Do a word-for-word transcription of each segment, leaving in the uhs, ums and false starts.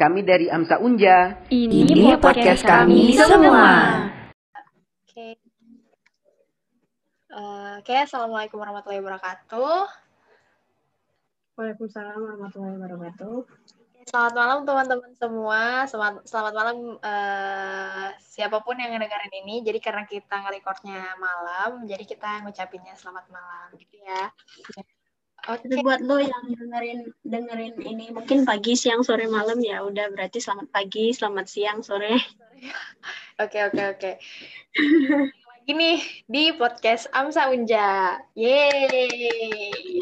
Kami dari Amsa Unja. Ini, Ini podcast kami semua. Oke. Uh, Oke, Assalamualaikum warahmatullahi wabarakatuh. Waalaikumsalam warahmatullahi wabarakatuh. Selamat malam teman-teman semua. Selamat, selamat malam uh, siapapun yang ngedengerin ini. Jadi karena kita nge-recordnya malam, jadi kita ngucapinnya selamat malam gitu ya. Oke. Tapi buat lo yang dengerin dengerin ini mungkin pagi, siang, sore, malam ya udah berarti selamat pagi, selamat siang, sore. Oke oke oke. Lagi nih di podcast Amsa Unja. Yeay.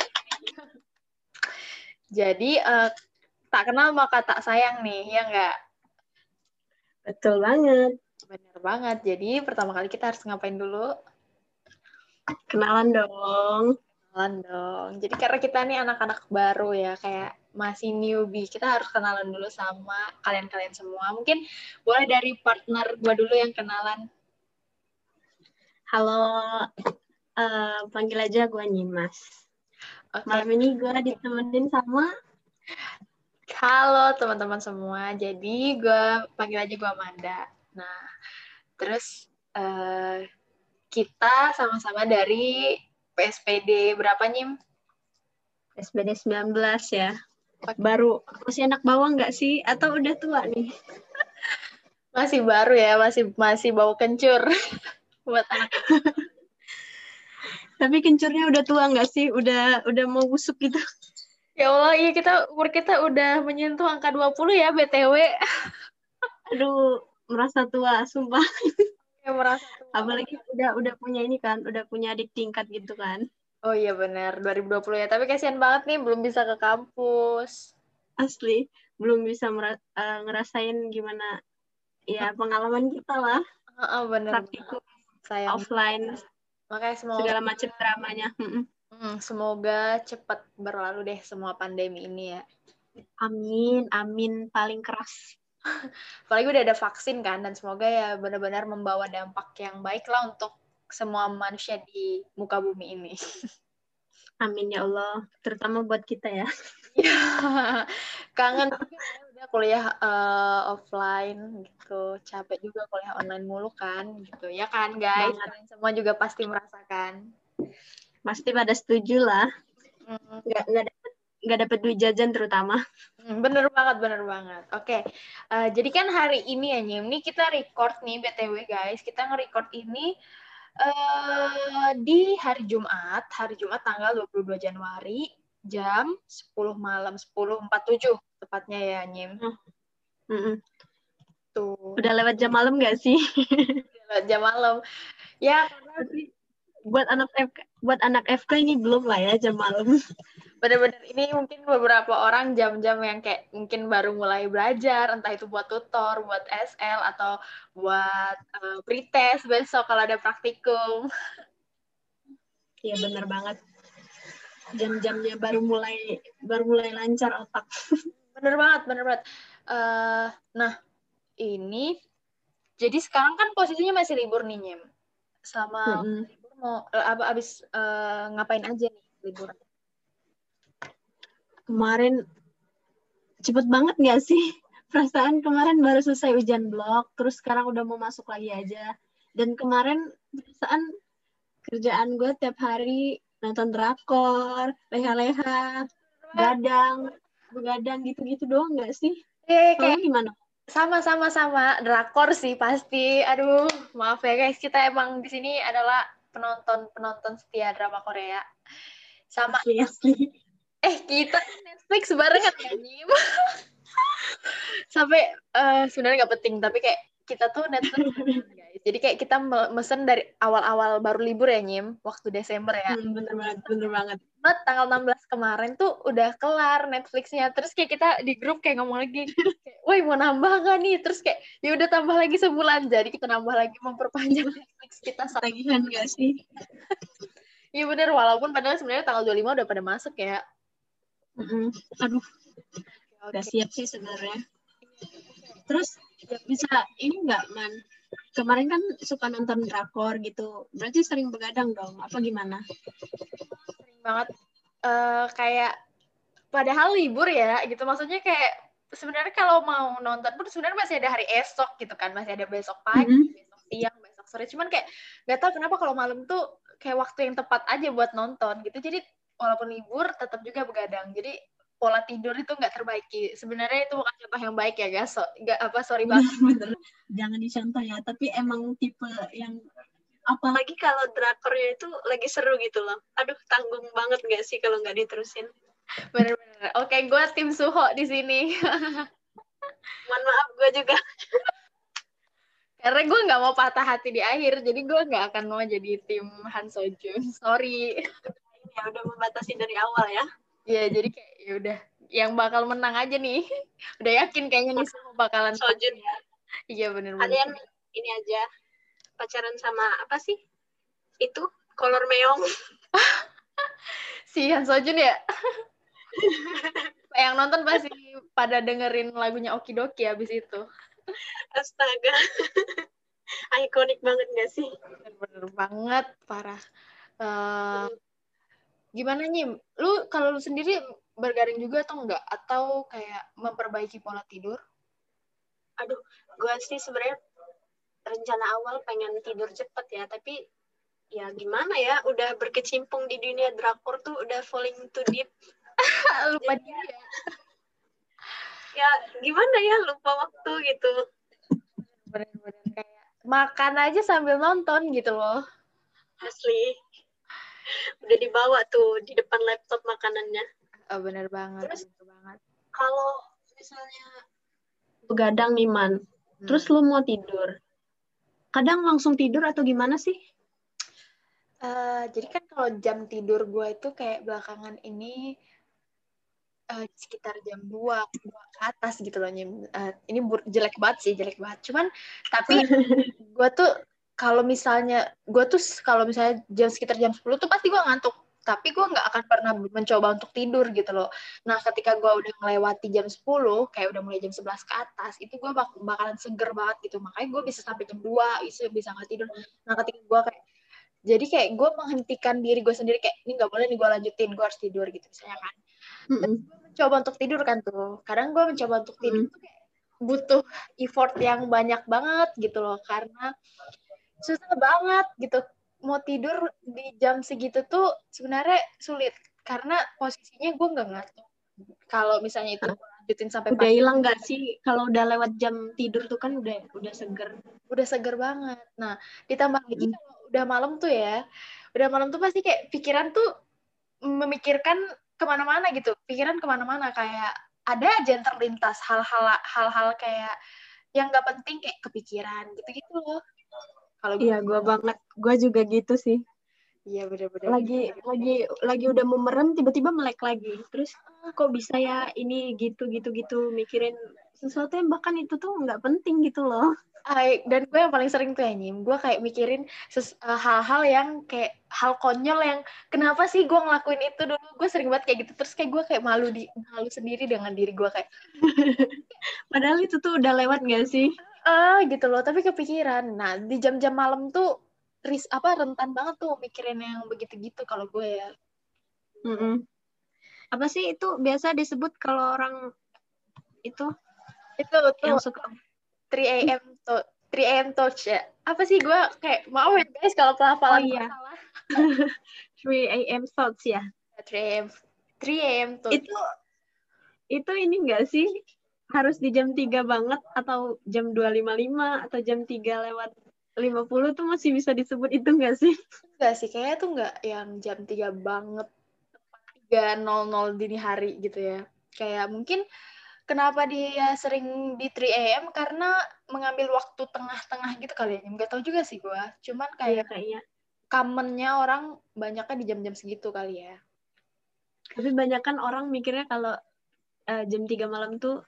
Jadi uh, tak kenal maka tak sayang nih, ya nggak? Betul banget. Bener banget. Jadi pertama kali kita harus ngapain dulu? Kenalan dong. Kenalan dong. Jadi karena kita nih anak-anak baru ya, kayak masih newbie, kita harus kenalan dulu sama kalian-kalian semua. Mungkin boleh dari partner gue dulu yang kenalan. Halo, uh, panggil aja gue Nyimas. Okay. Malam ini gue ditemenin sama... Halo teman-teman semua, jadi gue panggil aja gue Amanda. Nah, terus uh, kita sama-sama dari P S P D berapa, Nyim? P S P D sembilan belas ya. Baru, masih anak bawang nggak sih? Atau udah tua nih? Masih baru ya, masih masih bau kencur buat anak. Tapi kencurnya udah tua nggak sih? Udah udah mau busuk gitu. Ya Allah, iya kita umur kita udah menyentuh angka dua puluh ya, B T W. Aduh, merasa tua, sumpah. Ya, merasa tua. Apalagi udah udah punya ini kan, udah punya adik tingkat gitu kan. Oh iya benar, dua ribu dua puluh ya. Tapi kasihan banget nih, belum bisa ke kampus. Asli, belum bisa mer- uh, ngerasain gimana ya pengalaman kita lah. Oh, oh, benar. Praktikum, sayang. offline, makanya semoga segala macam dramanya. Hmm, semoga cepat berlalu deh semua pandemi ini ya. Amin, amin paling keras. Apalagi udah ada vaksin kan, dan semoga ya benar-benar membawa dampak yang baik lah untuk semua manusia di muka bumi ini. Amin ya Allah, terutama buat kita ya. Kangen juga ya udah kuliah uh, offline gitu, capek juga kuliah online mulu kan gitu. Ya kan guys, Banget. kalian semua juga pasti merasakan. Pasti pada setuju lah. Hmm. Nggak, nggak dapet, nggak dapet duit jajan terutama. Hmm, bener banget, bener banget. Oke, okay. uh, jadi kan hari ini ya Nyim, nih kita record nih B T W guys, kita nge-record ini uh, di hari Jumat, hari Jumat tanggal dua puluh dua Januari, jam sepuluh malam, sepuluh empat puluh tujuh tepatnya ya Nyim. Hmm. Tuh. Udah lewat jam malam nggak sih? Udah lewat jam malam. Ya, karena buat anak F K, buat anak F K ini belum lah ya jam malam. Bener-bener ini mungkin beberapa orang jam-jam yang kayak mungkin baru mulai belajar, entah itu buat tutor, buat S L, atau buat uh, pretest besok kalau ada praktikum. Iya bener banget. Jam-jamnya baru mulai baru mulai lancar otak. Bener banget, bener banget. Uh, nah, ini jadi sekarang kan posisinya masih libur nih, Nyem. Selama mm-hmm. libur mau uh, abis uh, ngapain aja nih liburan? Kemarin cepet banget nggak sih? Perasaan kemarin baru selesai ujian blok, terus sekarang udah mau masuk lagi aja. Dan kemarin perasaan kerjaan gue tiap hari nonton drakor, leha-leha, gadang, begadang gitu-gitu doang nggak sih? Eh, Kalau kayak gimana? Sama-sama sama drakor sih pasti. Aduh, maaf ya guys, kita emang di sini adalah penonton-penonton setia drama Korea. Sama asli, asli. Eh, kita Netflix barengan ya, Nyim. Sampai uh, sebenarnya nggak penting, tapi kayak kita tuh Netflix barengan, guys. Jadi kayak kita mesen dari awal-awal baru libur ya, Nyim, waktu Desember ya. Hmm, bener banget, bener banget. Tanggal enam belas kemarin tuh udah kelar Netflixnya. Terus kayak kita di grup kayak ngomong lagi, woi mau nambah gak nih? Terus kayak ya udah tambah lagi sebulan. Jadi kita nambah lagi memperpanjang Netflix kita. Tagihan gak sih? Iya bener, walaupun padahal sebenarnya tanggal dua puluh lima udah pada masuk ya. Mm-hmm. Aduh, okay. Gak siap sih sebenarnya. Terus bisa ini nggak, Man? Kemarin kan suka nonton drakor gitu. Berarti sering begadang dong? Apa gimana? Sering banget. Uh, kayak padahal libur ya gitu. Maksudnya kayak sebenarnya kalau mau nonton pun sebenarnya masih ada hari esok gitu kan, masih ada besok pagi, Mm-hmm. besok siang, besok sore. Cuman kayak nggak tahu kenapa kalau malam tuh kayak waktu yang tepat aja buat nonton gitu. Jadi walaupun libur tetap juga begadang. Jadi pola tidur itu nggak terbaiki. Sebenarnya itu bukan contoh yang baik ya, guys. So, nggak apa sorry banget. Bener-bener jangan dicontoh ya. Tapi emang tipe yang apalagi kalau drakornya itu lagi seru gitu loh. Aduh, tanggung banget nggak sih kalau nggak diterusin? Bener-bener. Oke, gue tim Suho di sini. Mohon maaf, gue juga. Karena gue nggak mau patah hati di akhir, jadi gue nggak akan mau jadi tim Han So Jun. Sorry. Ya udah membatasi dari awal ya. Ya, jadi kayak ya udah yang bakal menang aja nih. Udah yakin kayaknya nih semua bakalan Sojun ya. Iya bener-bener. Kalian ini aja pacaran sama apa sih? Itu kolor meong. Si Han So Jun ya. Yang nonton pasti pada dengerin lagunya Okidoki abis itu. Astaga. Ikonik banget gak sih? Bener-bener banget, parah. Uh, gimana Nyim? Lu kalau lu sendiri bergaring juga atau enggak? Atau kayak memperbaiki pola tidur? Aduh, gue sih sebenarnya rencana awal pengen tidur cepet ya, tapi ya gimana ya, udah berkecimpung di dunia drakor tuh udah falling too deep. Lupa dia ya. Ya gimana ya, lupa waktu gitu. Bener-bener kayak makan aja sambil nonton gitu loh. Asli. Udah dibawa tuh di depan laptop makanannya. Oh, bener banget. Terus bener banget. kalau misalnya begadang nih Man, hmm. terus lu mau tidur, kadang langsung tidur atau gimana sih? Uh, jadi kan kalau jam tidur gue itu kayak belakangan ini uh, sekitar jam dua ke atas gitu loh. Uh, ini bur- jelek banget sih, jelek banget. Cuman tapi gue tuh kalau misalnya gue tuh kalau misalnya jam sekitar jam sepuluh tuh pasti gue ngantuk. Tapi gue nggak akan pernah mencoba untuk tidur gitu loh. Nah ketika gue udah melewati jam sepuluh, kayak udah mulai jam sebelas ke atas, itu gue bak- bakalan seger banget gitu. Makanya gue bisa sampai jam dua, bisa bisa nggak tidur. Nah ketika gue kayak jadi kayak gue menghentikan diri gue sendiri kayak ini nggak boleh nih gue lanjutin, gue harus tidur gitu misalnya kan. Terus gue mencoba untuk tidur kan tuh. Kadang gue mencoba untuk tidur tuh kayak butuh effort yang banyak banget gitu loh, karena susah banget gitu. Mau tidur di jam segitu tuh sebenarnya sulit karena posisinya gue nggak ngantuk. Kalau misalnya itu gue lanjutin sampai udah hilang nggak sih kalau udah lewat jam tidur tuh kan udah udah seger. Udah seger banget. Nah ditambah lagi hmm. kalau udah malam tuh ya, udah malam tuh pasti kayak pikiran tuh memikirkan kemana-mana gitu, pikiran kemana-mana kayak ada aja yang terlintas hal-hal hal-hal kayak yang nggak penting kayak kepikiran gitu-gitu loh. Kalau iya gue banget, gue juga gitu sih. Iya benar-benar. Lagi bener-bener. lagi lagi udah mau merem tiba-tiba melek lagi. Terus kok bisa ya ini gitu gitu gitu mikirin sesuatu yang bahkan itu tuh nggak penting gitu loh. Ay, dan gue yang paling sering tuh ya Nyim, gue kayak mikirin ses, uh, hal-hal yang kayak hal konyol yang kenapa sih gue ngelakuin itu dulu, gue sering banget kayak gitu, terus kayak gue kayak malu di malu sendiri dengan diri gue kayak padahal itu tuh udah lewat gak sih? Ah uh, gitu loh, tapi kepikiran. Nah di jam-jam malam tuh ris apa rentan banget tuh mikirin yang begitu-gitu kalau gue ya. Mm-mm. Apa sih itu biasa disebut kalau orang itu itu tuh yang suka three a.m. to three a.m. touch ya. Apa sih gue kayak maaf ya guys kalau pelafalan oh, iya. salah. three a.m. thoughts ya. three a.m. three a.m. touch. Itu itu ini enggak sih harus di jam tiga banget atau jam dua lima puluh lima atau jam tiga lewat lima puluh tuh masih bisa disebut itu enggak sih? Enggak sih, kayaknya tuh enggak yang jam tiga banget. tiga nol nol dini hari gitu ya. Kayak mungkin kenapa dia sering di three a.m. karena mengambil waktu tengah-tengah gitu kali ya. Enggak tahu juga sih gue. Cuman kayak kayaknya commonnya orang banyaknya di jam-jam segitu kali ya. Tapi banyak kan orang mikirnya kalau uh, jam tiga malam tuh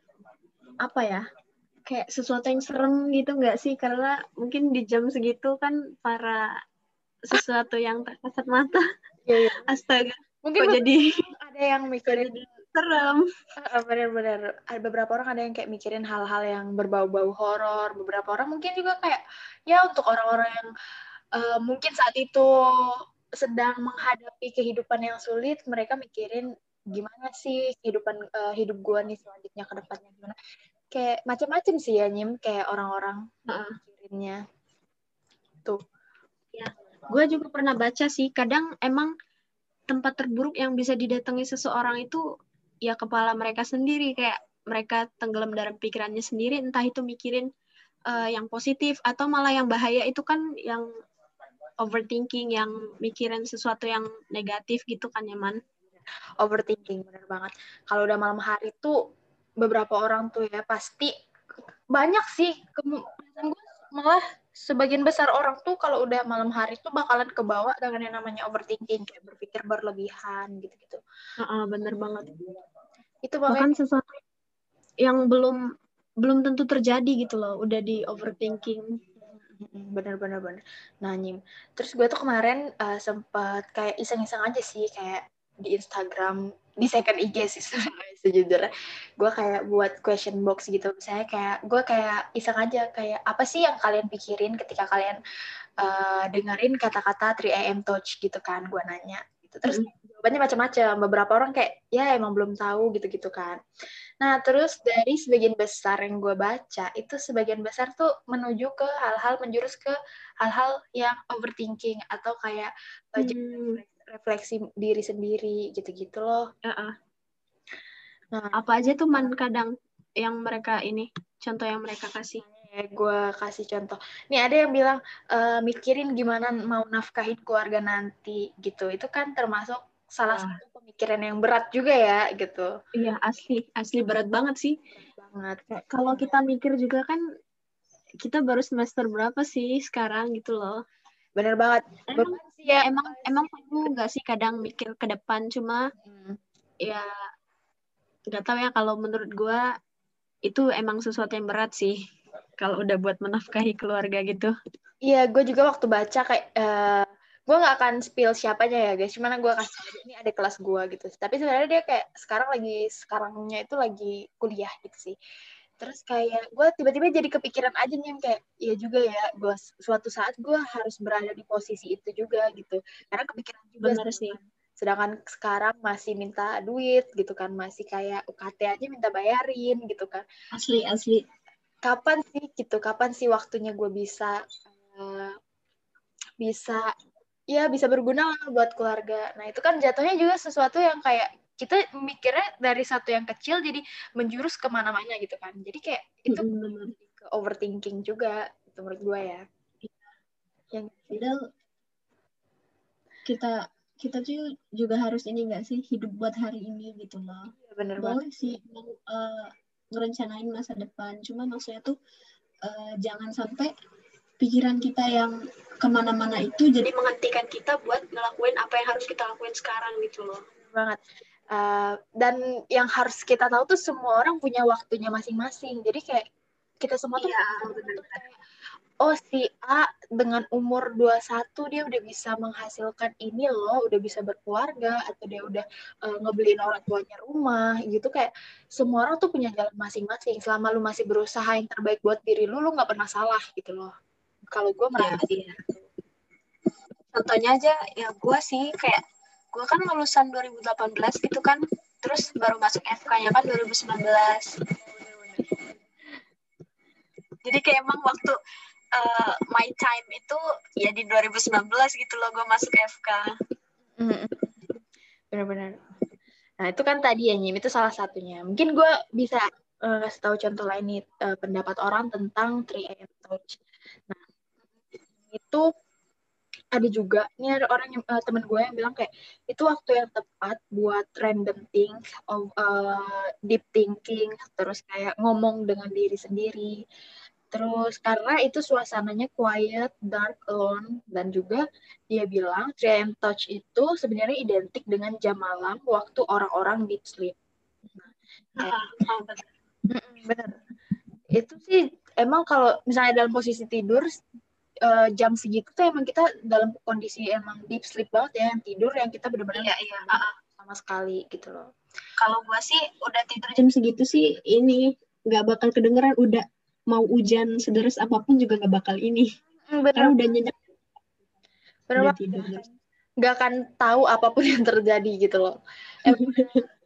apa ya? Kayak sesuatu yang serem gitu enggak sih? Karena mungkin di jam segitu kan para sesuatu yang terkasat mata. Iya, iya. Astaga. Mungkin kok jadi ada yang mikirin serem. Benar-benar ada beberapa orang ada yang kayak mikirin hal-hal yang berbau-bau horor. Beberapa orang mungkin juga kayak ya untuk orang-orang yang uh, mungkin saat itu sedang menghadapi kehidupan yang sulit, mereka mikirin gimana sih kehidupan uh, hidup gue nih selanjutnya ke depannya gimana. Kayak macam-macam sih ya Nyim, kayak orang-orang uh, mikirinnya. Tuh. Ya, gue juga pernah baca sih, kadang emang tempat terburuk yang bisa didatangi seseorang itu ya kepala mereka sendiri, kayak mereka tenggelam dalam pikirannya sendiri, entah itu mikirin uh, yang positif atau malah yang bahaya itu kan yang overthinking, yang mikirin sesuatu yang negatif gitu kan ya Man. Overthinking, bener banget. Kalau udah malam hari tuh beberapa orang tuh ya pasti banyak sih kemungkinan gue malah sebagian besar orang tuh kalau udah malam hari tuh bakalan kebawa dengan yang namanya overthinking, kayak berpikir berlebihan gitu-gitu. Uh-uh, bener banget. Itu bahkan makanya sesuatu yang belum belum tentu terjadi gitu loh, udah di overthinking. Bener-bener bener. Nah Nyim, terus gue tuh kemarin uh, sempat kayak iseng-iseng aja sih kayak di Instagram, di second I G sih sejujurnya. Gue kayak buat question box gitu. Misalnya kayak gue kayak iseng aja kayak apa sih yang kalian pikirin ketika kalian uh, dengerin kata-kata three A M touch gitu kan, gue nanya. Gitu. Terus mm-hmm. jawabannya macam-macam. Beberapa orang kayak ya emang belum tahu gitu-gitu kan. Nah, terus dari sebagian besar yang gue baca, itu sebagian besar tuh menuju ke hal-hal, menjurus ke hal-hal yang overthinking, atau kayak hmm. refleksi diri sendiri, gitu-gitu loh. Uh-uh. Nah, apa aja tuh Man kadang yang mereka ini, contoh yang mereka kasih? Ya, gue kasih contoh. Nih ada yang bilang, e, mikirin gimana mau nafkahin keluarga nanti, gitu. Itu kan termasuk salah Wah. satu pemikiran yang berat juga ya, gitu. Iya, asli. Asli berat banget sih. Berat banget. Kalau kita mikir juga kan, kita baru semester berapa sih sekarang gitu loh. Bener banget. Emang, sih ya, emang, emang perlu nggak sih kadang mikir ke depan, cuma hmm. ya nggak tahu ya, kalau menurut gue itu emang sesuatu yang berat sih kalau udah buat menafkahi keluarga gitu. Iya, gue juga waktu baca kayak uh, gue nggak akan spill siapanya ya guys, cuman gue kasih aja ini ada kelas gue gitu. Tapi sebenarnya dia kayak sekarang lagi sekarangnya itu lagi kuliah gitu sih. Terus kayak gue tiba-tiba jadi kepikiran aja nih kayak ya juga ya, gue suatu saat gue harus berada di posisi itu juga gitu. Karena kepikiran juga. Bener sih. Sedangkan sekarang masih minta duit gitu kan, masih kayak U K T aja minta bayarin gitu kan. Asli, asli. Kapan sih gitu, kapan sih waktunya gue bisa uh, bisa ya bisa berguna lah buat keluarga. Nah itu kan jatuhnya juga sesuatu yang kayak kita mikirnya dari satu yang kecil jadi menjurus kemana-mana gitu kan. Jadi kayak itu mm-hmm. ke overthinking juga, itu menurut gue ya. Yang padahal kita kita tuh juga harus ini nggak sih, hidup buat hari ini gitu loh. Iya, bener boleh banget. sih mau uh, ngerencanain masa depan, cuma maksudnya tuh uh, jangan sampai pikiran kita yang kemana-mana itu jadi menghentikan kita buat ngelakuin apa yang harus kita lakuin sekarang gitu loh. Bener banget. Uh, dan yang harus kita tahu tuh semua orang punya waktunya masing-masing. Jadi kayak kita semua tuh, iya, bener-bener. Oh si A dengan umur dua puluh satu dia udah bisa menghasilkan ini loh, udah bisa berkeluarga, atau dia udah uh, ngebeliin orang tuanya rumah gitu. Kayak semua orang tuh punya jalan masing-masing. Selama lu masih berusaha yang terbaik buat diri lu, lu gak pernah salah gitu loh. Kalau gue merasa ya, iya. Contohnya aja ya gue sih kayak gue kan lulusan dua ribu delapan belas gitu kan, terus baru masuk F K-nya kan dua ribu sembilan belas. Jadi kayak emang waktu Uh, my time itu ya di dua ribu sembilan belas gitu loh gue masuk F K. Benar-benar. Nah itu kan tadi ya Nyim, itu salah satunya. Mungkin gue bisa uh, kasih tahu contoh lain nih, uh, pendapat orang tentang three A M touch. Nah itu ada juga, ini ada orang yang, uh, temen gue yang bilang kayak itu waktu yang tepat buat random things, of, uh, deep thinking, terus kayak ngomong dengan diri sendiri. Terus karena itu suasananya quiet, dark, alone, dan juga dia bilang three A M touch itu sebenarnya identik dengan jam malam waktu orang-orang deep sleep. Nah, kayak, benar. Itu sih emang kalau misalnya dalam posisi tidur uh, jam segitu tuh emang kita dalam kondisi emang deep sleep banget ya, yang tidur yang kita benar-benar iya, iya. Uh-uh. sama sekali gitu loh. Kalau gue sih udah tidur jam segitu sih ini nggak bakal kedengeran, udah mau hujan sederas apapun juga gak bakal ini. Bener. Karena udah nyenyak. Bener udah tidur. Gak akan tahu apapun yang terjadi gitu loh.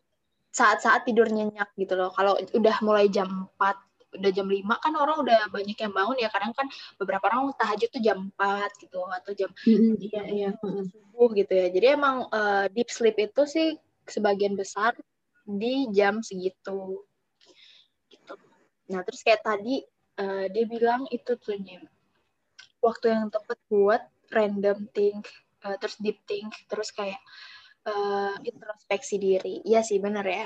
saat-saat tidur nyenyak gitu loh. Kalau udah mulai jam empat, udah jam lima kan orang udah banyak yang bangun ya. Kadang kan beberapa orang tahajud tuh jam empat gitu atau jam Mm-mm, iya iya. Mm-mm. subuh gitu ya. Jadi emang uh, deep sleep itu sih sebagian besar di jam segitu. Gitu. Nah, terus kayak tadi uh, dia bilang itu tuh Nyim, waktu yang tepat buat random think, uh, terus deep think, terus kayak uh, introspeksi diri. Iya sih, benar ya.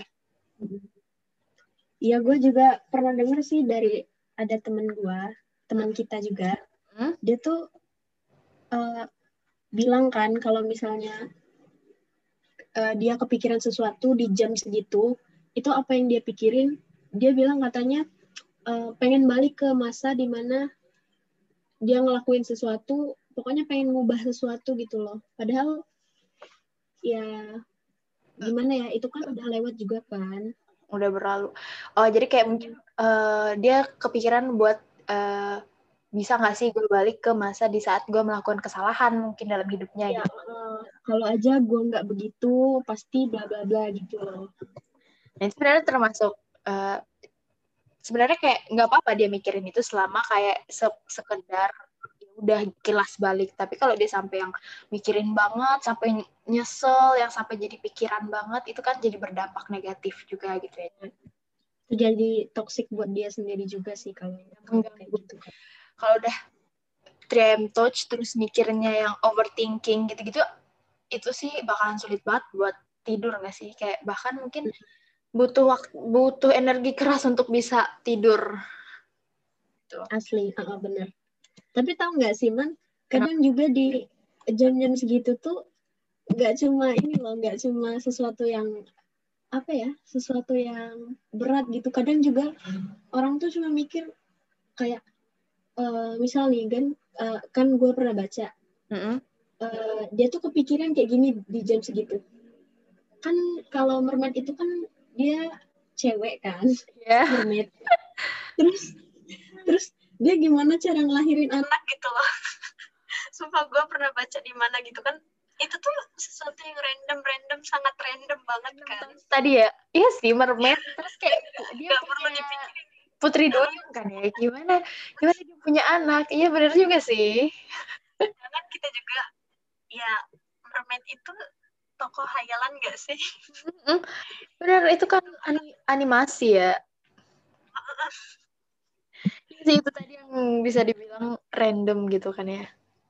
Iya, gue juga pernah denger sih dari ada temen gue, teman kita juga, Hmm? dia tuh uh, bilang kan kalau misalnya uh, dia kepikiran sesuatu di jam segitu, itu apa yang dia pikirin, dia bilang katanya uh, pengen balik ke masa dimana dia ngelakuin sesuatu, pokoknya pengen ngubah sesuatu gitu loh. Padahal ya gimana ya, itu kan udah lewat juga kan. Udah berlalu. Oh, jadi kayak mungkin uh, dia kepikiran buat uh, bisa nggak sih gue balik ke masa di saat gue melakukan kesalahan mungkin dalam hidupnya Ya, gitu. uh, kalau aja gue nggak begitu, pasti bla bla bla gitu loh. Nah, itu sebenarnya termasuk uh, sebenarnya kayak nggak apa-apa dia mikirin itu selama kayak se- sekedar ya udah kilas balik. Tapi kalau dia sampai yang mikirin banget, sampai nyesel, yang sampai jadi pikiran banget, itu kan jadi berdampak negatif juga gitu ya. Jadi toxic buat dia sendiri juga sih kalau kayak gitu kan. Kalau udah dream touch terus mikirnya yang overthinking gitu-gitu, itu sih bakalan sulit banget buat tidur nggak sih? Kayak bahkan mungkin butuh waktu, butuh energi keras untuk bisa tidur. Gitu. Asli, uh, bener. Tapi tahu nggak sih, Man? Kadang Kenapa? Juga di jam-jam segitu tuh nggak cuma ini loh, nggak cuma sesuatu yang apa ya, sesuatu yang berat gitu. Kadang juga orang tuh cuma mikir kayak, uh, misal nih kan, uh, kan gue pernah baca, mm-hmm. uh, dia tuh kepikiran kayak gini di jam segitu. Kan kalau mermaid itu kan dia cewek kan, yeah. mermaid. Terus, terus dia gimana cara ngelahirin anak gitu loh. Sumpah gue pernah baca di mana gitu kan, itu tuh sesuatu yang random-random, sangat random banget kan. Tadi ya, iya sih mermaid, terus kayak dia gak perlu dipikirin. Putri Duyung kan ya, gimana gimana dia punya anak, iya benar juga sih. Kan kita juga, ya mermaid itu tokoh hayalan gak sih? Mm-hmm. Benar, itu kan animasi ya. Sih itu tadi yang bisa dibilang random gitu kan ya.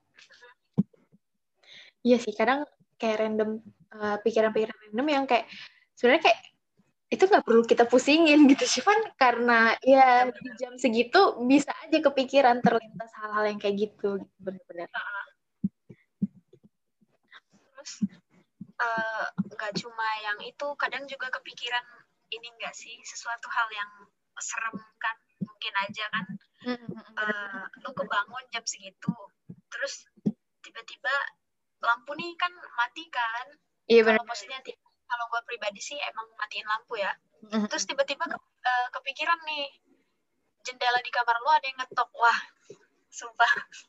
Iya sih, kadang kayak random uh, pikiran-pikiran random yang kayak sebenarnya kayak itu nggak perlu kita pusingin gitu, cuman karena ya di jam segitu bisa aja kepikiran terlintas hal-hal yang kayak gitu, gitu benar-benar. Terus nggak uh, cuma yang itu, kadang juga kepikiran ini nggak sih, sesuatu hal yang serem kan, mungkin aja kan. Uh, lu kebangun jam segitu, terus tiba-tiba lampu nih kan mati kan. Iya, kalau maksudnya kalau gue pribadi sih emang matiin lampu ya. Terus tiba-tiba ke, uh, kepikiran nih jendela di kamar lu ada yang ngetok. Wah, sumpah.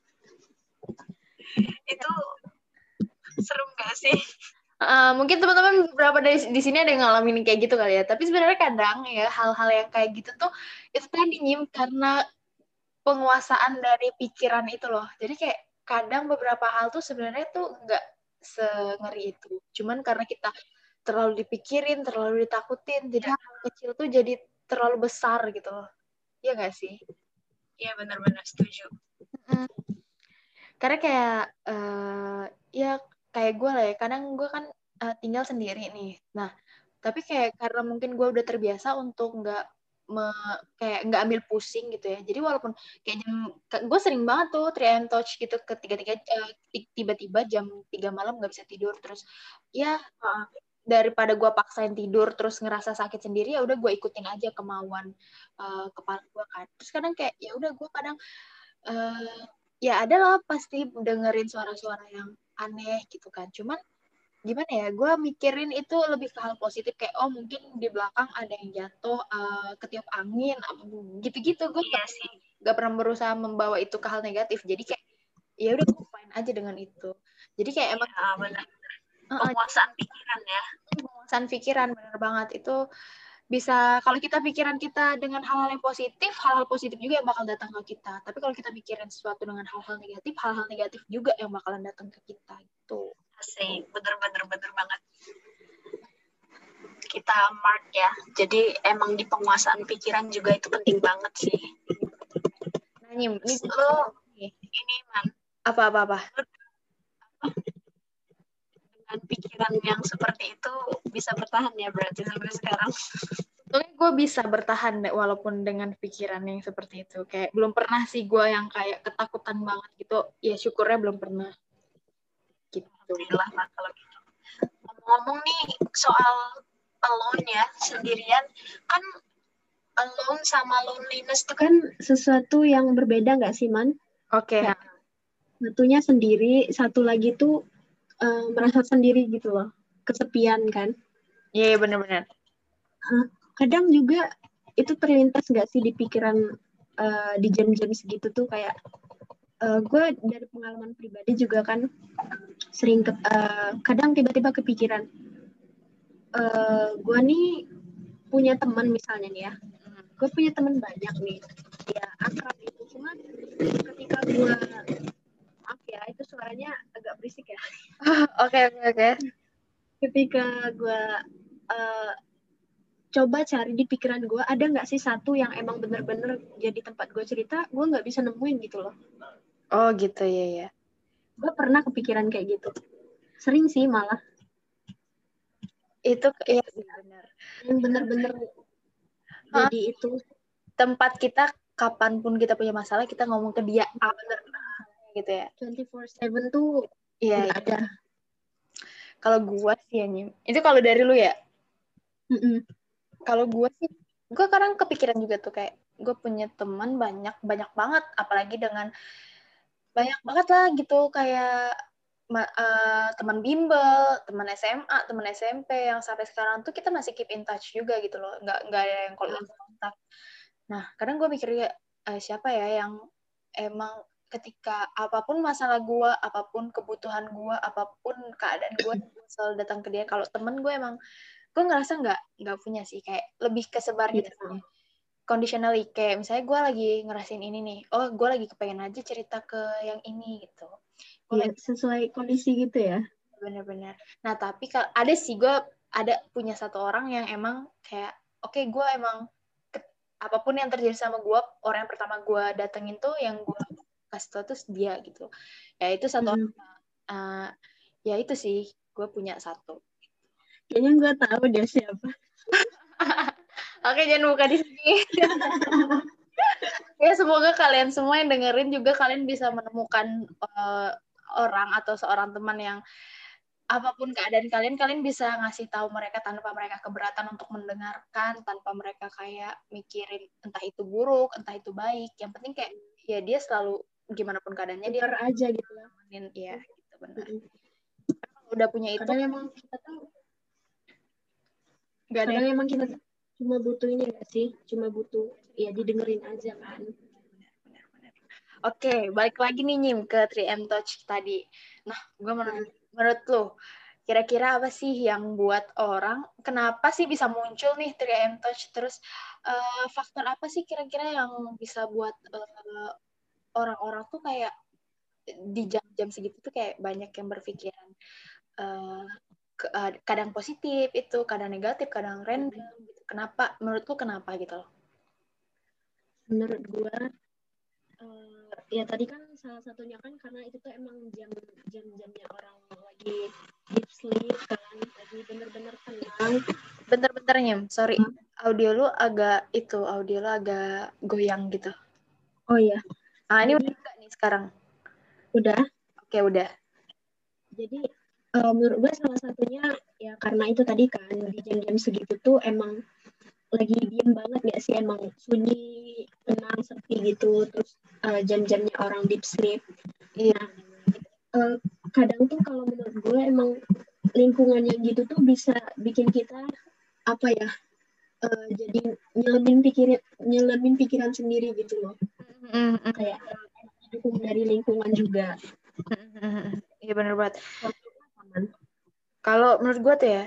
Itu serem gak sih? Uh, mungkin teman-teman beberapa dari di sini ada yang ngalamin kayak gitu kali ya. Tapi sebenarnya kadang ya hal-hal yang kayak gitu tuh itu tadi Nyim karena penguasaan dari pikiran itu loh. Jadi kayak kadang beberapa hal tuh sebenarnya tuh nggak sengeri itu. Cuman karena kita terlalu dipikirin, terlalu ditakutin, jadi hal kecil tuh jadi terlalu besar gitu loh. Iya nggak sih? Iya, benar-benar setuju. Mm-hmm. Karena kayak uh, ya kayak gue lah ya, kadang gue kan uh, tinggal sendiri nih. Nah, tapi kayak karena mungkin gue udah terbiasa untuk nggak me, kayak nggak ambil pusing gitu ya. Jadi walaupun kayak jam, gue sering banget tuh try and touch gitu ketiga-tiga uh, tiba-tiba jam tiga malam nggak bisa tidur, terus ya uh, daripada gue paksain tidur terus ngerasa sakit sendiri, ya udah gue ikutin aja kemauan uh, kepala gue kan. Terus kadang kayak ya udah gue kadang uh, ya ada lah pasti dengerin suara-suara yang aneh gitu kan. Cuman gimana ya, gue mikirin itu lebih ke hal positif, kayak oh mungkin di belakang ada yang jatuh, uh, ketiup angin, gitu-gitu. Gue iya sih gak pernah berusaha membawa itu ke hal negatif, jadi kayak ya udah gue fine aja dengan itu. Jadi kayak emang ya, benar. penguasaan pikiran ya, penguasaan pikiran, benar banget. Itu bisa, kalau kita pikiran kita dengan hal-hal yang positif, hal-hal positif juga yang bakal datang ke kita. Tapi kalau kita pikirin sesuatu dengan hal-hal negatif, hal-hal negatif juga yang bakalan datang ke kita gitu. Asik, bener-bener bener banget. Kita mark ya. Jadi emang di penguasaan pikiran juga itu penting banget sih. Nah, Nyim, ini lo ini man apa-apa-apa. Dengan pikiran yang seperti itu bisa bertahan ya berarti sampai sekarang. Soalnya gue bisa bertahan walaupun dengan pikiran yang seperti itu. Kayak belum pernah sih gue yang kayak ketakutan banget gitu. Ya syukurnya belum pernah. Gitu. Alhamdulillah lah kalau gitu. Ngomong nih soal alone ya, sendirian. Kan alone sama loneliness itu kan sesuatu yang berbeda nggak sih, Man? Oke. Okay. Nah, satunya sendiri, satu lagi tuh uh, merasa sendiri gitu loh. Kesepian kan? Iya, yeah, benar-benar. Uh, kadang juga itu terlintas nggak sih di pikiran uh, di jam-jam segitu tuh kayak uh, gue dari pengalaman pribadi juga kan sering ke, uh, kadang tiba-tiba kepikiran uh, gue nih punya teman misalnya nih ya, gue punya teman banyak nih ya akrab itu, cuma ketika gue maaf ya itu suaranya agak berisik ya. Oke oke oke. Ketika gue uh, coba cari di pikiran gue ada nggak sih satu yang emang bener-bener jadi tempat gue cerita, gue nggak bisa nemuin gitu loh. Oh gitu ya ya. Gue pernah kepikiran kayak gitu, sering sih malah. Itu iya sih benar. Yang bener-bener huh? Jadi itu tempat kita kapanpun kita punya masalah kita ngomong ke dia ah, bener gitu ya. twenty-four seven tuh iya nggak ada. Kalau gue sih ya Nyim, itu kalau dari lu ya. Mm-mm. Kalau gue sih, gue kadang kepikiran juga tuh kayak gue punya teman banyak banyak banget, apalagi dengan banyak banget lah gitu kayak uh, teman bimbel, teman S M A, teman S M P yang sampai sekarang tuh kita masih keep in touch juga gitu loh, nggak nggak ada yang kalau kontak. Nah kadang gue mikir ya eh, siapa ya yang emang ketika apapun masalah gue, apapun kebutuhan gue, apapun keadaan gue, selalu datang ke dia. Kalau temen gue emang gue ngerasa nggak nggak punya sih, kayak lebih kesebar gitu Yeah. Conditionally, kayak misalnya gue lagi ngerasain ini nih, oh gue lagi kepengen aja cerita ke yang ini gitu. Iya, yeah, sesuai kondisi gitu ya. Bener-bener. Nah tapi kalau ada sih gue ada punya satu orang yang emang kayak oke okay, gue emang ke, apapun yang terjadi sama gue, orang yang pertama gue datengin tuh yang gue kasih tau tuh dia gitu. Ya itu satu mm-hmm. orang. Uh, ya itu sih gue punya satu. Kayaknya gue tahu dia siapa. Oke, jangan buka di sini. Ya, semoga kalian semua yang dengerin juga kalian bisa menemukan uh, orang atau seorang teman yang apapun keadaan kalian, kalian bisa ngasih tahu mereka tanpa mereka keberatan untuk mendengarkan, tanpa mereka kayak mikirin entah itu buruk, entah itu baik. Yang penting kayak ya dia selalu gimana pun keadaannya dia aja gitu ya. Iya, gitu benar. Mm-hmm. Udah punya itu. Kadang emang kita tuh Gak ada. Kadang emang kita cuma butuh ini gak sih? Cuma butuh ya didengerin aja kan. Oke, okay, balik lagi nih Nyim ke three M Touch tadi. Nah, gue menurut, hmm. menurut lo, kira-kira apa sih yang buat orang, kenapa sih bisa muncul nih three M Touch? Terus uh, faktor apa sih kira-kira yang bisa buat uh, orang-orang tuh kayak di jam-jam segitu tuh kayak banyak yang berpikiran uh, ke, uh, kadang positif itu, kadang negatif, kadang random. Gitu. Kenapa? Menurut lo kenapa gitu loh? Menurut gue, uh, ya tadi kan salah satunya kan karena itu tuh emang jam jam-jamnya orang lagi deep sleep kan, lagi bener-bener tenang. Bentar-bentar Nyim, sorry, hmm. audio lu agak itu, audio lu agak goyang gitu. Oh iya. Ah ini Jadi, udah enggak nih sekarang? Udah. Oke udah. Jadi uh, menurut gue salah satunya ya karena itu tadi kan di jam-jam segitu tuh emang lagi diem banget gak sih, emang sunyi, tenang, sepi gitu, terus uh, jam-jamnya orang deep sleep. Iya. Nah, uh, kadang tuh kalau menurut gue emang lingkungan yang gitu tuh bisa bikin kita apa ya, uh, jadi nyelemin pikiran, nyelemin pikiran sendiri gitu loh. Mm-hmm. Kayak dukung dari lingkungan juga. Iya benar banget. Kalau menurut gue tuh ya,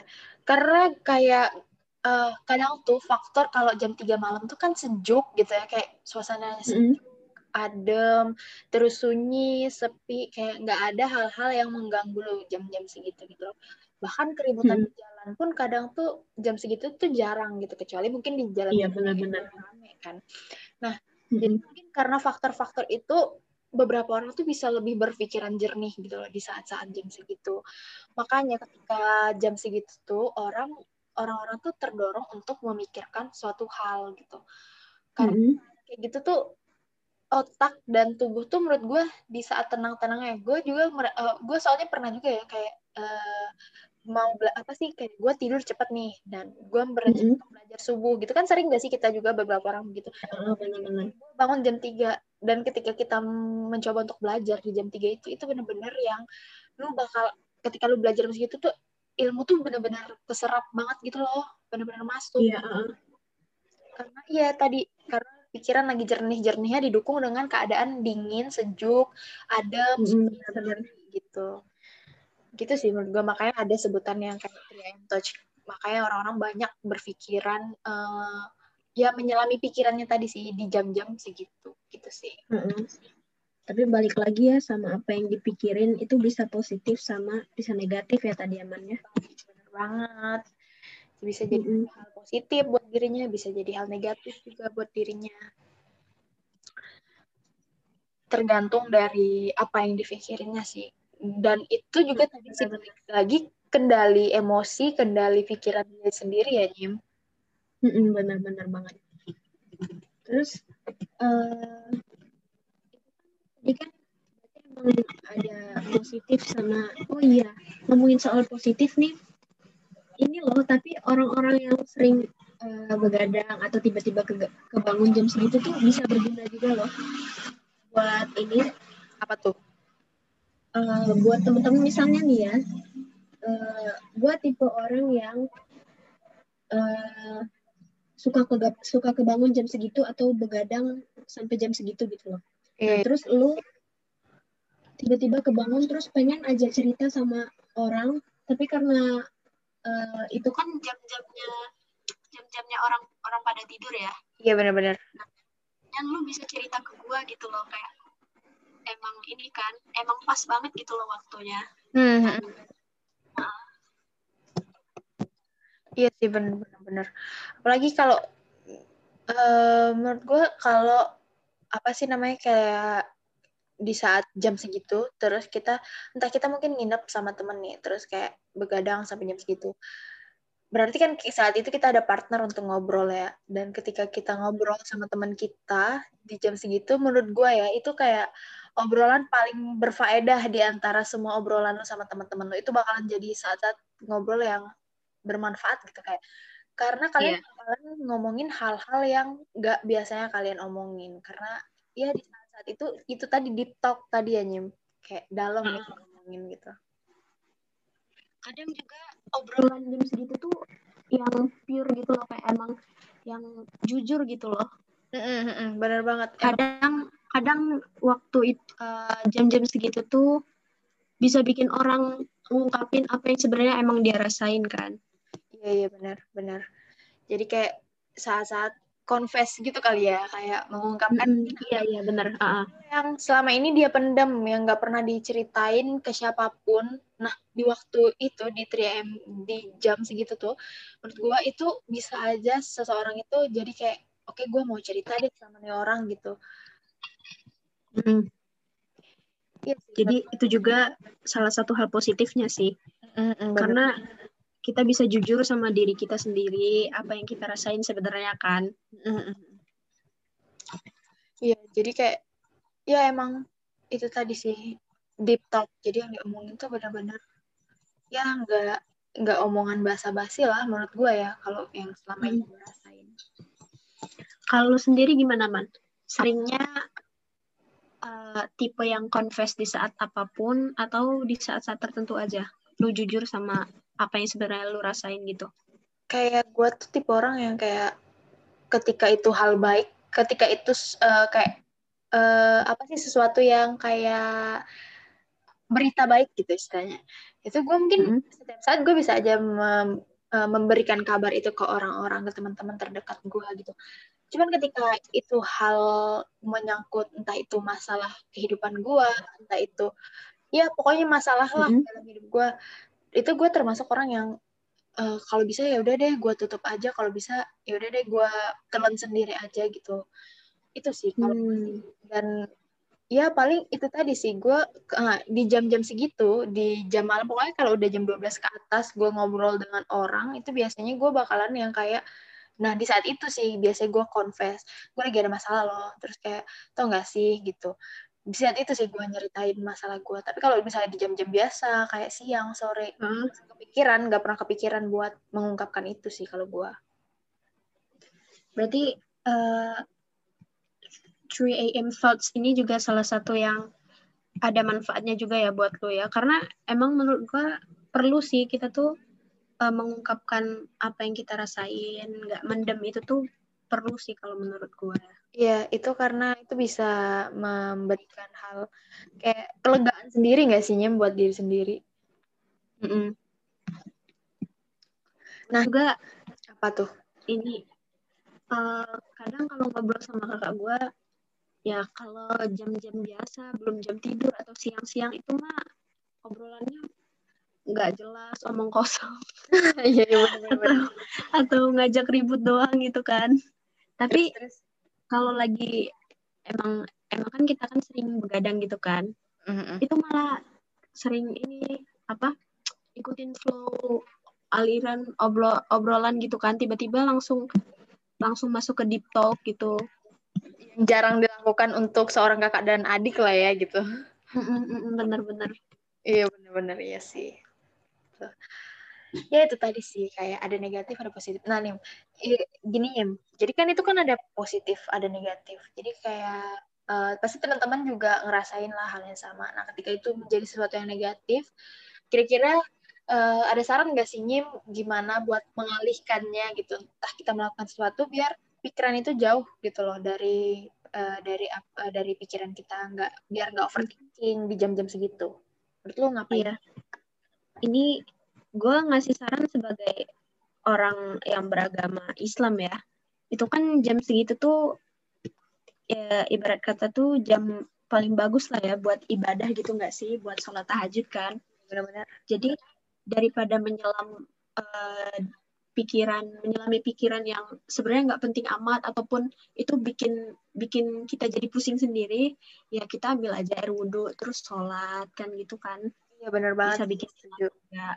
Karena kayak uh, kadang tuh faktor kalau jam tiga malam tuh kan sejuk gitu ya, kayak suasana sejuk, Mm-mm. adem, terus sunyi, sepi, kayak nggak ada hal-hal yang mengganggu lo jam-jam segitu gitu loh. Bahkan keributan Mm-mm. di jalan pun kadang tuh jam segitu tuh jarang gitu, kecuali mungkin di Iya, jalan-jalan yang benar-benar. rame kan. Nah, jadi Mm-mm. mungkin karena faktor-faktor itu beberapa orang tuh bisa lebih berpikiran jernih gitu loh di saat-saat jam segitu. Makanya ketika jam segitu tuh orang orang-orang tuh terdorong untuk memikirkan suatu hal gitu. Karena Mm-mm. kayak gitu tuh otak dan tubuh tuh menurut gue di saat tenang-tenangnya, gue juga uh, gue soalnya pernah juga ya kayak uh, mau bela- apa sih kayak gue tidur cepet nih dan gue berencana Mm-mm. untuk belajar subuh gitu kan, sering gak sih kita juga beberapa orang gitu. Oh, benar-benar. Gue bangun jam tiga dan ketika kita mencoba untuk belajar di jam tiga itu itu benar-benar yang lu bakal ketika lu belajar segitu tuh ilmu tuh benar-benar keserap banget gitu loh, benar-benar masuk. Iya, uh, Karena iya tadi karena pikiran lagi jernih-jernihnya didukung dengan keadaan dingin, sejuk, adem, mm-mm, sunyi, benar-benar. sepi gitu. Gitu sih menurut gue, makanya ada sebutan yang kayak three a m touch. Makanya orang-orang banyak berpikiran uh, ya menyelami pikirannya tadi sih di jam-jam segitu gitu sih. Mm-mm. Tapi balik lagi ya sama apa yang dipikirin itu bisa positif sama bisa negatif ya tadi amannya. Bener banget. Bisa jadi Mm-mm. hal positif buat dirinya, bisa jadi hal negatif juga buat dirinya. Tergantung dari apa yang dipikirinnya sih. Dan itu juga tadi sih balik lagi kendali emosi, kendali pikiran diri sendiri ya, Jim. Mm-mm, benar-benar banget. Terus uh, jadi kan emang ada positif sama oh iya ngomongin soal positif nih ini loh tapi orang-orang yang sering uh, begadang atau tiba-tiba ke kebangun jam segitu tuh bisa berguna juga loh buat ini Apa tuh? uh, buat temen-temen misalnya nih ya uh, gue tipe orang yang uh, suka ke suka kebangun jam segitu atau begadang sampai jam segitu gitu loh. Nah Eh, terus lu tiba-tiba kebangun terus pengen aja cerita sama orang tapi karena uh, itu kan jam-jamnya jam-jamnya orang orang pada tidur ya. iya benar-benar. Nah, yang lu bisa cerita ke gua gitu loh kayak emang ini kan emang pas banget gitu loh waktunya. Hmm. Dan uh, Iya sih benar-benar. Apalagi kalau uh, menurut gue kalau apa sih namanya kayak di saat jam segitu terus kita entah kita mungkin nginep sama temen nih terus kayak begadang sampai jam segitu, berarti kan saat itu kita ada partner untuk ngobrol ya, dan ketika kita ngobrol sama teman kita di jam segitu menurut gue ya itu kayak obrolan paling berfaedah di antara semua obrolan lo sama teman-teman lo, itu bakalan jadi saat-saat ngobrol yang bermanfaat gitu kayak karena kalian iya. bakalan ngomongin hal-hal yang nggak biasanya kalian omongin karena ya di saat-saat itu itu tadi deep talk tadi ya Nyim, kayak dalam Uh, nih ngomongin gitu. kadang juga obrolan jam segitu tuh yang pure gitu loh kayak emang yang jujur gitu loh. Mm-mm, bener banget. Kadang kadang waktu itu uh, jam-jam segitu tuh bisa bikin orang ngungkapin apa yang sebenarnya emang dia rasain kan. Iya iya benar benar. Jadi kayak saat-saat confess gitu kali ya, kayak mengungkapkan Mm-mm, iya iya benar. Uh-uh. yang selama ini dia pendam, yang nggak pernah diceritain ke siapapun. Nah di waktu itu di tiga a m di jam segitu tuh, menurut gue itu bisa aja seseorang itu jadi kayak oke okay, gue mau cerita deh sama nih orang gitu. Mm-mm. Iya sih. Jadi itu juga salah satu hal positifnya sih. Mm-mm, bener. Karena kita bisa jujur sama diri kita sendiri apa yang kita rasain sebenarnya kan. Mm-mm. Iya, jadi kayak ya emang itu tadi sih deep talk. Jadi yang diomongin tuh benar-benar ya nggak nggak omongan basa-basi lah menurut gue ya kalau yang selama ini Mm. gue rasain. Kalau sendiri gimana man? Seringnya uh, tipe yang confess di saat apapun atau di saat-saat tertentu aja? Lu jujur sama apa yang sebenarnya lu rasain gitu? Kayak gue tuh tipe orang yang kayak ketika itu hal baik, ketika itu uh, kayak uh, apa sih sesuatu yang kayak berita baik gitu istilahnya. Itu gue mungkin Mm-hmm. setiap saat gue bisa aja mem- uh, memberikan kabar itu ke orang-orang, ke teman-teman terdekat gue gitu. Cuman ketika itu hal menyangkut entah itu masalah kehidupan gue, entah itu ya pokoknya masalah lah mm-hmm. dalam hidup gue, itu gue termasuk orang yang uh, kalau bisa ya udah deh gue tutup aja, kalau bisa ya udah deh gue telan sendiri aja gitu. Itu sih kalau hmm. dan ya paling itu tadi sih gue uh, di jam-jam segitu, di jam malam pokoknya kalau udah jam dua belas ke atas gue ngobrol dengan orang itu biasanya gue bakalan yang kayak, nah di saat itu sih biasanya gue confess gue lagi ada masalah loh, terus kayak tau gak sih gitu, di saat itu sih gue nyeritain masalah gue. Tapi kalau misalnya di jam-jam biasa kayak siang sore hmm. kepikiran, gak pernah kepikiran buat mengungkapkan itu sih kalau gue. Berarti uh... three a.m. thoughts ini juga salah satu yang ada manfaatnya juga ya buat lo ya. Karena emang menurut gue perlu sih kita tuh uh, mengungkapkan apa yang kita rasain, nggak mendem itu tuh perlu sih kalau menurut gue. Iya, itu karena itu bisa memberikan hal kayak kelegaan sendiri nggak sih, Nyem, buat diri sendiri. Mm-mm. Nah, juga apa tuh? Ini uh, kadang kalau ngobrol sama kakak gue, ya kalau jam-jam biasa belum jam tidur atau siang-siang itu mah obrolannya nggak jelas, omong kosong. Iya, iya benar-benar. atau atau ngajak ribut doang gitu kan. Tapi terus, terus. Kalau lagi emang emang kan kita kan sering begadang gitu kan, mm-hmm. itu malah sering ini apa ikutin flow aliran obrol obrolan gitu kan, tiba-tiba langsung langsung masuk ke deep talk gitu. Yang jarang dilakukan untuk seorang kakak dan adik lah ya gitu. Bener-bener. Iya bener-bener ya sih. Tuh. Ya itu tadi sih kayak ada negatif ada positif. Nah nih gini ya, jadi kan itu kan ada positif ada negatif. Jadi kayak uh, pasti teman-teman juga ngerasain lah hal yang sama. Nah ketika itu menjadi sesuatu yang negatif, kira-kira uh, ada saran nggak sih Nyim gimana buat mengalihkannya gitu? Entah kita melakukan sesuatu biar pikiran itu jauh gitu loh dari uh, dari uh, dari pikiran kita, nggak biar nggak overthinking di jam-jam segitu. Menurut lo ngapain? Iya. Ini gue ngasih saran sebagai orang yang beragama Islam ya. Itu kan jam segitu tuh ya ibarat kata tuh jam paling bagus lah ya buat ibadah gitu nggak sih, buat sholat tahajud kan. Benar-benar. Jadi daripada menyelam uh, pikiran, menyelami pikiran yang sebenarnya nggak penting amat ataupun itu bikin bikin kita jadi pusing sendiri, ya kita ambil aja air wudhu terus sholat kan gitu kan. Iya benar banget. Bisa bikin setuju. Ya.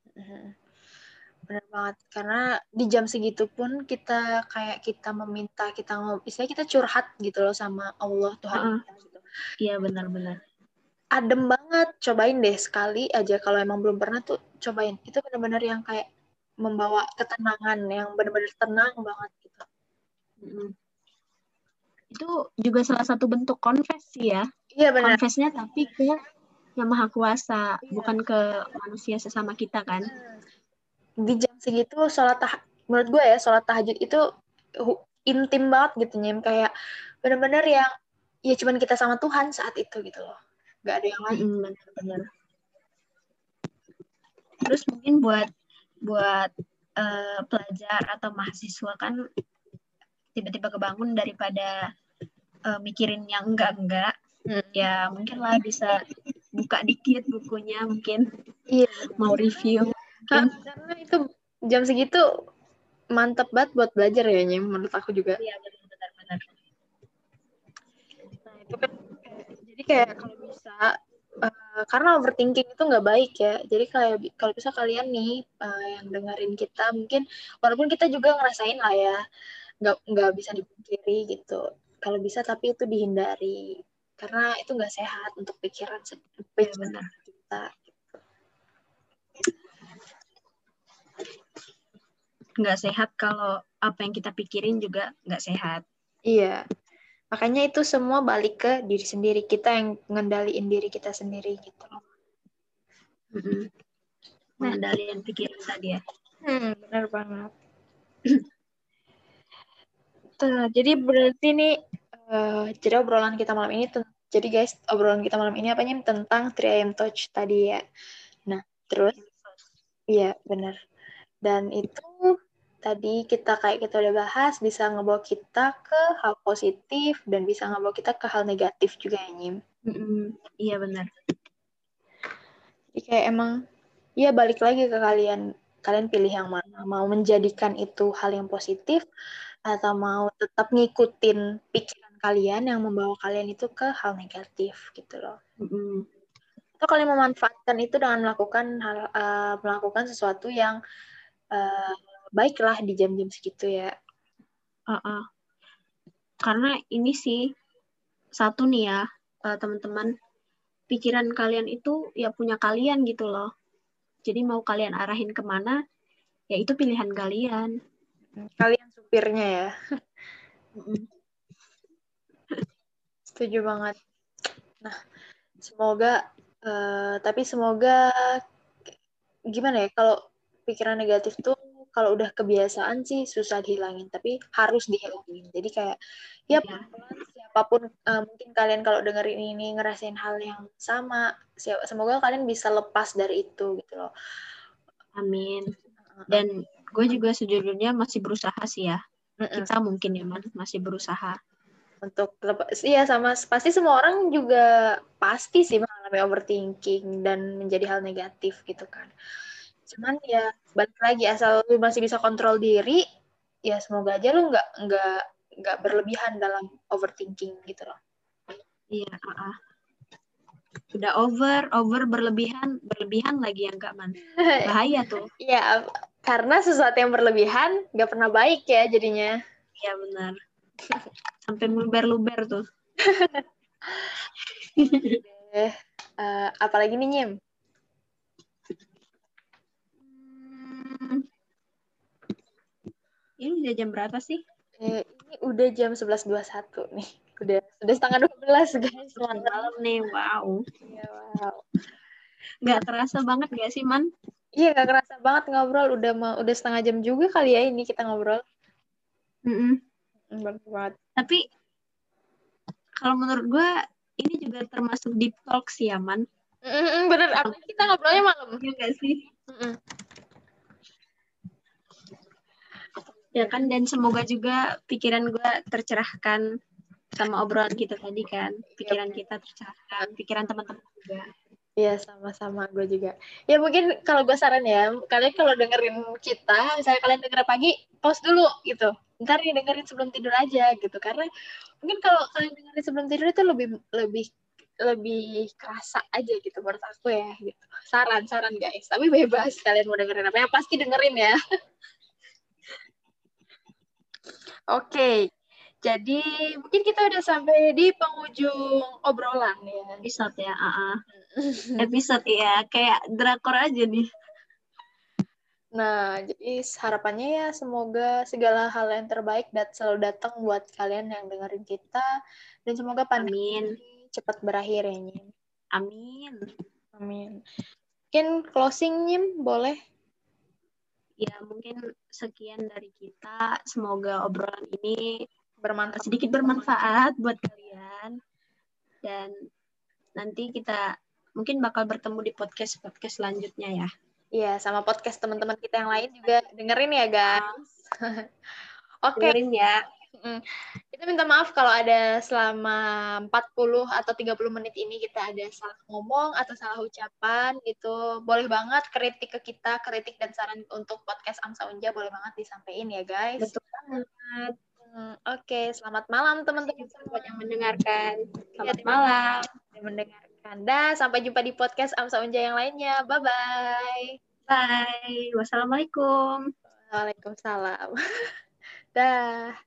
Benar banget, karena di jam segitu pun kita kayak kita meminta, kita ngobrol, istilahnya kita curhat gitu loh sama Allah Tuhan uh-uh. kita gitu. Iya benar-benar. Adem banget, cobain deh sekali aja kalau emang belum pernah tuh cobain. Itu benar-benar yang kayak membawa ketenangan, yang benar-benar tenang banget gitu. Mm-hmm. Itu juga salah satu bentuk confess sih ya. Iya benar. Confess-nya tapi ke Yang Maha Kuasa, iya. Bukan ke manusia sesama kita kan. Hmm. Di jam segitu sholat tah menurut gue ya sholat tahajud itu intim banget gitu Nyim, kayak benar-benar yang ya cuman kita sama Tuhan saat itu gitu loh, nggak ada yang lain. Mm-hmm, benar-benar. Terus mungkin buat buat uh, pelajar atau mahasiswa kan tiba-tiba kebangun daripada uh, mikirin yang enggak-enggak, hmm. ya mungkin lah bisa buka dikit bukunya mungkin. Iya. Mau review. Kan, karena itu jam segitu mantap banget buat belajar ya Nyim, menurut aku juga. Iya benar-benar. Nah itu kan jadi kayak kalau bisa uh, karena overthinking itu nggak baik ya. Jadi kayak kalau bisa kalian nih uh, yang dengerin kita mungkin walaupun kita juga ngerasain lah ya, nggak nggak bisa dipungkiri gitu. Kalau bisa tapi itu dihindari karena itu nggak sehat untuk pikiran, pikiran ya, kita. Nggak sehat kalau apa yang kita pikirin juga nggak sehat. Iya, makanya itu semua balik ke diri sendiri, kita yang ngendaliin diri kita sendiri gitu loh. Mm-hmm. Mengendalikan nah. pikiran tadi ya. Hmm, benar banget. Tuh, jadi berarti nih, uh, jadi obrolan kita malam ini, ten- jadi guys, obrolan kita malam ini apanya tentang three a m touch tadi ya. Nah, terus, iya benar. Dan itu tadi kita kayak kita udah bahas bisa ngebawa kita ke hal positif dan bisa ngebawa kita ke hal negatif juga ya Nyim. Mm-mm. Iya benar. Jadi kayak emang ya balik lagi ke kalian, kalian pilih yang mana, mau menjadikan itu hal yang positif atau mau tetap ngikutin pikiran kalian yang membawa kalian itu ke hal negatif gitu loh. Mm-mm. Atau kalian memanfaatkan itu dengan melakukan hal uh, melakukan sesuatu yang uh, baiklah di jam-jam segitu ya. Uh-uh. Karena ini sih satu nih ya uh, teman-teman, pikiran kalian itu ya punya kalian gitu loh. Jadi mau kalian arahin kemana, ya itu pilihan kalian. Kalian supirnya ya. Mm-mm. Setuju banget. Nah, semoga uh, tapi semoga gimana ya, kalau pikiran negatif tuh kalau udah kebiasaan sih susah dihilangin, tapi harus dihilangin. Jadi kayak ya Iya. pelan-pelan siapapun uh, mungkin kalian kalau dengerin ini ngerasain hal yang sama, semoga kalian bisa lepas dari itu gitu loh. Amin. Dan gue juga sejujurnya masih berusaha sih ya. Mm-mm. Kita mungkin ya man, masih berusaha. Untuk lepas, iya sama pasti semua orang juga pasti sih mengalami overthinking dan menjadi hal negatif gitu kan. Cuman ya balik lagi asal lu masih bisa kontrol diri, ya semoga aja lu nggak nggak nggak berlebihan dalam overthinking gitu loh. Iya, uh-uh. Sudah over, over berlebihan, berlebihan lagi yang enggak man. Bahaya tuh. Iya, karena sesuatu yang berlebihan nggak pernah baik ya jadinya. Iya benar. Sampai luber-luber tuh. Eh, uh, apalagi nih Nyim? Hmm. Ini udah jam berapa sih? Eh, ini udah jam sebelas dua puluh satu nih. Udah udah setengah dua belas guys. Malam. malam nih, wow. Iya, wow. Nggak terasa banget gak sih, Man? Iya, gak kerasa banget ngobrol. Udah mau udah setengah jam juga kali ya ini kita ngobrol. Mm-mm. Bagus banget. Tapi kalau menurut gue ini juga termasuk deep talk sih ya, Man. Mm-mm, bener, artinya kita ngobrolnya malam. Iya gak sih? Mm-mm. Ya kan, dan semoga juga pikiran gue tercerahkan sama obrolan kita tadi kan. Pikiran kita tercerahkan, pikiran teman-teman juga. Iya, sama-sama gue juga. Ya mungkin kalau gue saran ya, kalian kalau dengerin kita, misalnya kalian denger pagi, pause dulu gitu. Ntar nih dengerin sebelum tidur aja gitu. Karena mungkin kalau kalian dengerin sebelum tidur itu lebih lebih lebih kerasa aja gitu menurut aku ya gitu. Saran-saran guys, tapi bebas kalian mau dengerin apa, yang pasti dengerin ya. Oke, okay. Jadi mungkin kita udah sampai di penghujung obrolan ya. Episode ya, uh-uh. Episode ya, kayak drakor aja nih. Nah, jadi harapannya ya semoga segala hal yang terbaik dan selalu datang buat kalian yang dengerin kita. Dan semoga pandemi Amin. ini cepat berakhir ya, Nyim. Amin. Amin. Mungkin closing, Nyim, boleh? Ya, mungkin sekian dari kita. Semoga obrolan ini Bermanfaat. sedikit bermanfaat buat kalian. Dan nanti kita mungkin bakal bertemu di podcast-podcast selanjutnya ya. Iya, sama podcast teman-teman kita yang lain juga dengerin ya, guys. Oke. Okay. Dengerin ya. Mm. Kita minta maaf kalau ada selama empat puluh atau tiga puluh menit ini kita ada salah ngomong atau salah ucapan gitu. Boleh banget kritik ke kita, kritik dan saran untuk podcast Amsa Unja boleh banget disampaikan ya, guys. Betul banget. Hmm, Oke, okay. Selamat malam teman-teman semua yang mendengarkan. Selamat ya, malam. Yang mendengarkan. Dah, sampai jumpa di podcast Amsa Unja yang lainnya. Bye-bye. Bye. Wassalamualaikum. Waalaikumsalam. Dah.